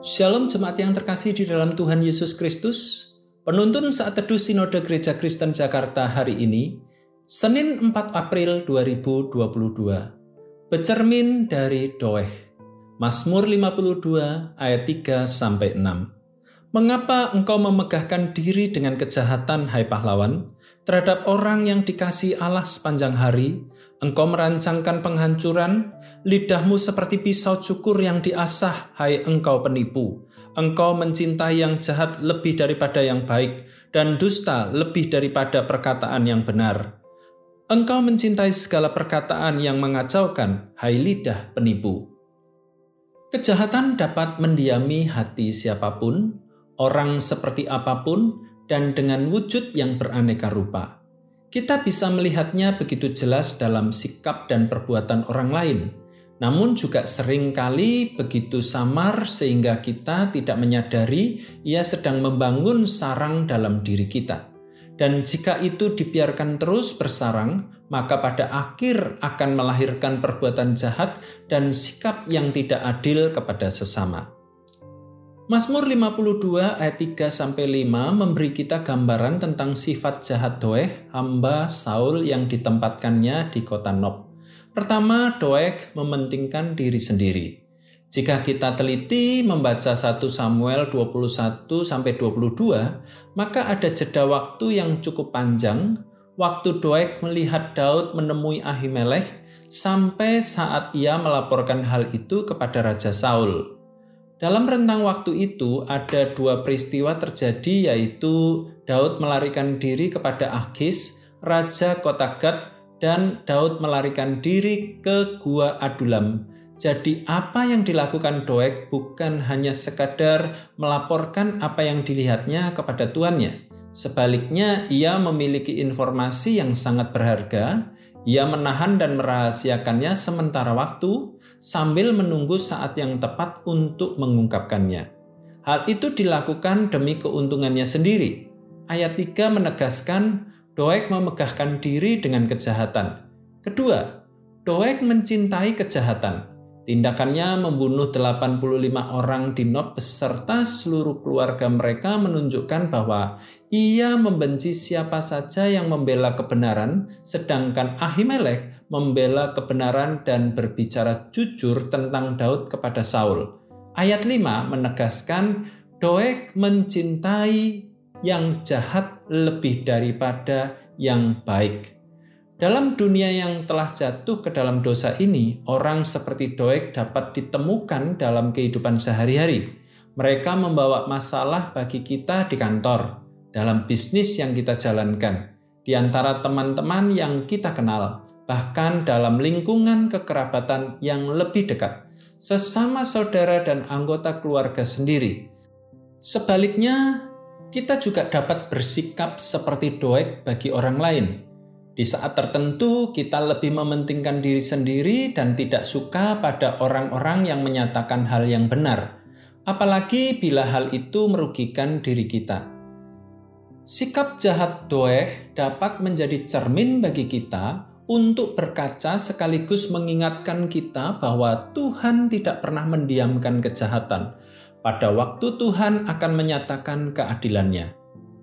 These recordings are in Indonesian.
Shalom jemaat yang terkasih di dalam Tuhan Yesus Kristus. Penuntun saat teduh Sinode Gereja Kristen Jakarta hari ini, Senin 4 April 2022. Bercermin dari Doeg. Mazmur 52 ayat 3-6. Mengapa engkau memegahkan diri dengan kejahatan, hai pahlawan? Terhadap orang yang dikasihi Allah sepanjang hari, engkau merancangkan penghancuran, lidahmu seperti pisau cukur yang diasah, hai engkau penipu. Engkau mencintai yang jahat lebih daripada yang baik, dan dusta lebih daripada perkataan yang benar. Engkau mencintai segala perkataan yang mengacaukan, hai lidah penipu. Kejahatan dapat mendiami hati siapapun, orang seperti apapun, dan dengan wujud yang beraneka rupa. Kita bisa melihatnya begitu jelas dalam sikap dan perbuatan orang lain, namun juga seringkali begitu samar sehingga kita tidak menyadari ia sedang membangun sarang dalam diri kita. Dan jika itu dibiarkan terus bersarang, maka pada akhir akan melahirkan perbuatan jahat dan sikap yang tidak adil kepada sesama. Mazmur 52 ayat 3-5 memberi kita gambaran tentang sifat jahat Doeg, hamba Saul yang ditempatkannya di kota Nob. Pertama, Doeg mementingkan diri sendiri. Jika kita teliti membaca 1 Samuel 21-22, maka ada jeda waktu yang cukup panjang, waktu Doeg melihat Daud menemui Ahimelek, sampai saat ia melaporkan hal itu kepada Raja Saul. Dalam rentang waktu itu ada dua peristiwa terjadi, yaitu Daud melarikan diri kepada Akhis, Raja kota Gad, dan Daud melarikan diri ke Gua Adulam. Jadi apa yang dilakukan Doeg bukan hanya sekadar melaporkan apa yang dilihatnya kepada tuannya. Sebaliknya, ia memiliki informasi yang sangat berharga. Ia menahan dan merahasiakannya sementara waktu sambil menunggu saat yang tepat untuk mengungkapkannya. Hal itu dilakukan demi keuntungannya sendiri. Ayat 3 menegaskan Doeg memegahkan diri dengan kejahatan. Kedua, Doeg mencintai kejahatan. Tindakannya membunuh 85 orang di Nob beserta seluruh keluarga mereka menunjukkan bahwa ia membenci siapa saja yang membela kebenaran, sedangkan Ahimelek membela kebenaran dan berbicara jujur tentang Daud kepada Saul. Ayat 5 menegaskan Doeg mencintai yang jahat lebih daripada yang baik. Dalam dunia yang telah jatuh ke dalam dosa ini, orang seperti Doeg dapat ditemukan dalam kehidupan sehari-hari. Mereka membawa masalah bagi kita di kantor, dalam bisnis yang kita jalankan, di antara teman-teman yang kita kenal, bahkan dalam lingkungan kekerabatan yang lebih dekat, sesama saudara dan anggota keluarga sendiri. Sebaliknya, kita juga dapat bersikap seperti Doeg bagi orang lain. Di saat tertentu, kita lebih mementingkan diri sendiri dan tidak suka pada orang-orang yang menyatakan hal yang benar, apalagi bila hal itu merugikan diri kita. Sikap jahat Doeg dapat menjadi cermin bagi kita untuk berkaca sekaligus mengingatkan kita bahwa Tuhan tidak pernah mendiamkan kejahatan. Pada waktu Tuhan akan menyatakan keadilannya.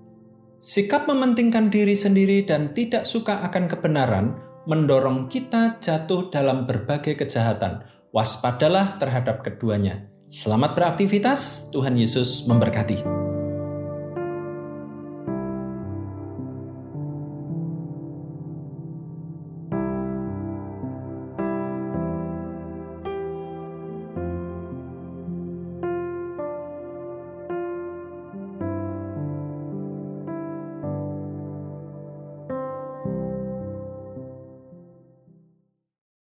Sikap mementingkan diri sendiri dan tidak suka akan kebenaran mendorong kita jatuh dalam berbagai kejahatan. Waspadalah terhadap keduanya. Selamat beraktivitas, Tuhan Yesus memberkati.